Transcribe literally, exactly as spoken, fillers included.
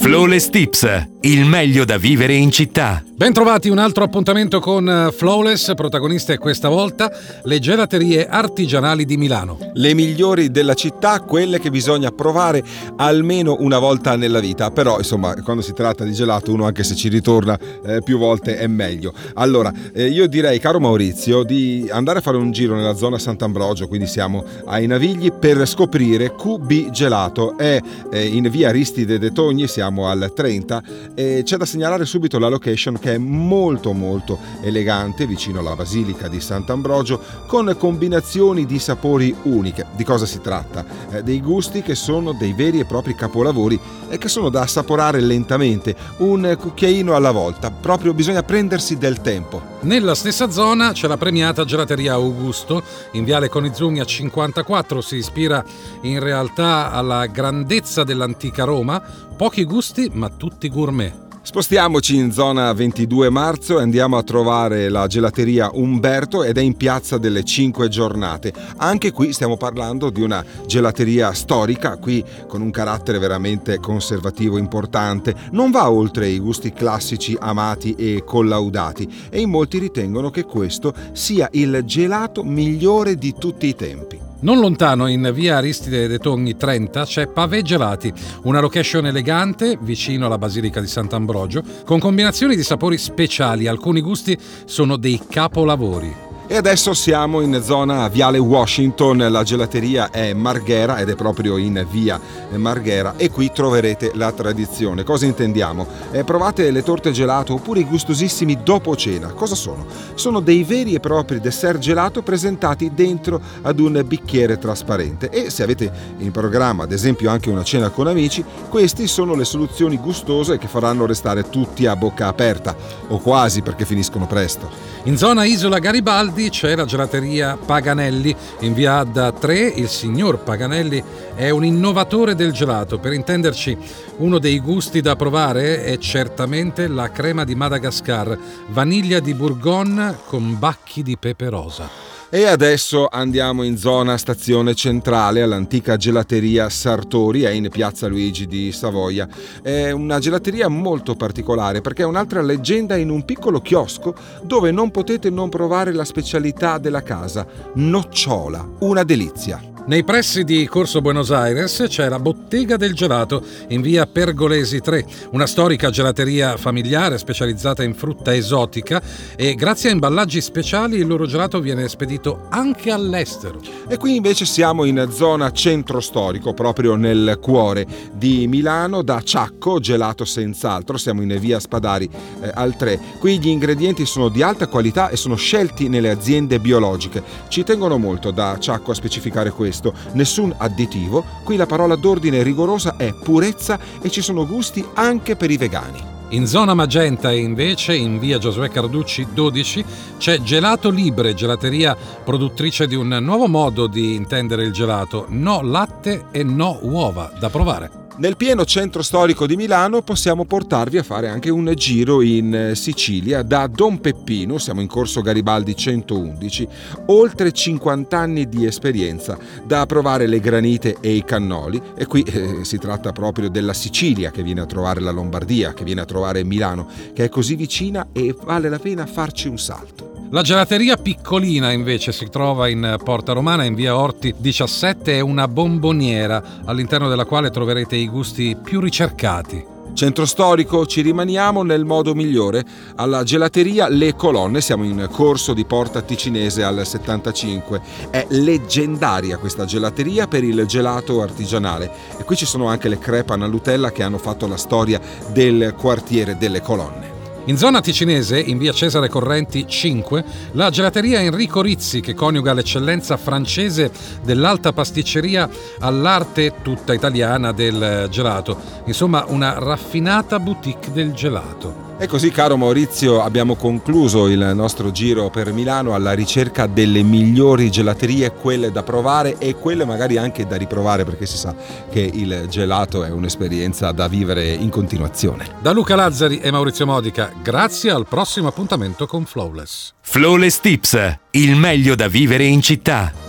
Flawless Tips, il meglio da vivere in città. Bentrovati, un altro appuntamento con Flawless, protagoniste questa volta le gelaterie artigianali di Milano. Le migliori della città, quelle che bisogna provare almeno una volta nella vita, però insomma quando si tratta di gelato uno anche se ci ritorna eh, più volte è meglio. Allora eh, io direi, caro Maurizio, di andare a fare un giro nella zona Sant'Ambrogio, quindi siamo ai Navigli, per scoprire Q B Gelato. È eh, in via Aristide de Togni, siamo al trenta, e c'è da segnalare subito la location che è molto molto elegante, vicino alla Basilica di Sant'Ambrogio, con combinazioni di sapori uniche. Di cosa si tratta? Eh, dei gusti che sono dei veri e propri capolavori e che sono da assaporare lentamente, un cucchiaino alla volta, proprio bisogna prendersi del tempo. Nella stessa zona c'è la premiata gelateria Augusto, in viale Conizugna cinquantaquattro, si ispira in realtà alla grandezza dell'antica Roma, pochi gusti ma tutti gourmet. Spostiamoci in zona ventidue marzo e andiamo a trovare la gelateria Umberto, ed è in piazza delle Cinque Giornate. Anche qui stiamo parlando di una gelateria storica, qui con un carattere veramente conservativo importante. Non va oltre i gusti classici amati e collaudati, e in molti ritengono che questo sia il gelato migliore di tutti i tempi. Non lontano, in via Aristide de Togni trenta, c'è Pavé Gelati, una location elegante vicino alla Basilica di Sant'Ambrogio, con combinazioni di sapori speciali. Alcuni gusti sono dei capolavori. E adesso siamo in zona Viale Washington, la gelateria è Marghera ed è proprio in via Marghera, e qui troverete la tradizione. Cosa intendiamo? Eh, provate le torte gelato oppure i gustosissimi dopo cena. Cosa sono? Sono dei veri e propri dessert gelato presentati dentro ad un bicchiere trasparente, e se avete in programma ad esempio anche una cena con amici, questi sono le soluzioni gustose che faranno restare tutti a bocca aperta, o quasi, perché finiscono presto. In zona Isola Garibaldi c'è la gelateria Paganelli, in via Adda tre. Il signor Paganelli è un innovatore del gelato. Per intenderci, uno dei gusti da provare è certamente la crema di Madagascar, vaniglia di Bourgogne con bacchi di pepe rosa. E adesso andiamo in zona Stazione Centrale, all'antica gelateria Sartori, è in piazza Luigi di Savoia. È una gelateria molto particolare perché è un'altra leggenda in un piccolo chiosco dove non potete non provare la specialità della casa, nocciola, una delizia. Nei pressi di Corso Buenos Aires c'è la Bottega del Gelato, in via Pergolesi tre, una storica gelateria familiare specializzata in frutta esotica, e grazie a imballaggi speciali il loro gelato viene spedito anche all'estero. E qui invece siamo in zona centro storico, proprio nel cuore di Milano, da Ciacco Gelato senz'altro. Siamo in via Spadari eh, al tre. Qui gli ingredienti sono di alta qualità e sono scelti nelle aziende biologiche. Ci tengono molto da Ciacco a specificare questo. Nessun additivo, qui la parola d'ordine rigorosa è purezza, e ci sono gusti anche per i vegani. In zona Magenta invece, in via Giosuè Carducci dodici, c'è Gelato Libre, gelateria produttrice di un nuovo modo di intendere il gelato, no latte e no uova, da provare. Nel pieno centro storico di Milano possiamo portarvi a fare anche un giro in Sicilia da Don Peppino, siamo in Corso Garibaldi centoundici, oltre cinquanta anni di esperienza, da provare le granite e i cannoli, e qui eh, si tratta proprio della Sicilia che viene a trovare la Lombardia, che viene a trovare Milano, che è così vicina e vale la pena farci un salto. La gelateria Piccolina invece si trova in Porta Romana, in via Orti diciassette, è una bomboniera all'interno della quale troverete i gusti più ricercati. Centro storico ci rimaniamo nel modo migliore, alla gelateria Le Colonne, siamo in Corso di Porta Ticinese al settantacinque. È leggendaria questa gelateria per il gelato artigianale, e qui ci sono anche le crepe alla Nutella che hanno fatto la storia del quartiere delle Colonne. In zona ticinese, in via Cesare Correnti cinque, la gelateria Enrico Rizzi, che coniuga l'eccellenza francese dell'alta pasticceria all'arte tutta italiana del gelato. Insomma, una raffinata boutique del gelato. E così, caro Maurizio, abbiamo concluso il nostro giro per Milano alla ricerca delle migliori gelaterie, quelle da provare e quelle magari anche da riprovare, perché si sa che il gelato è un'esperienza da vivere in continuazione. Da Luca Lazzari e Maurizio Modica, grazie, al prossimo appuntamento con Flawless. Flawless Tips, il meglio da vivere in città.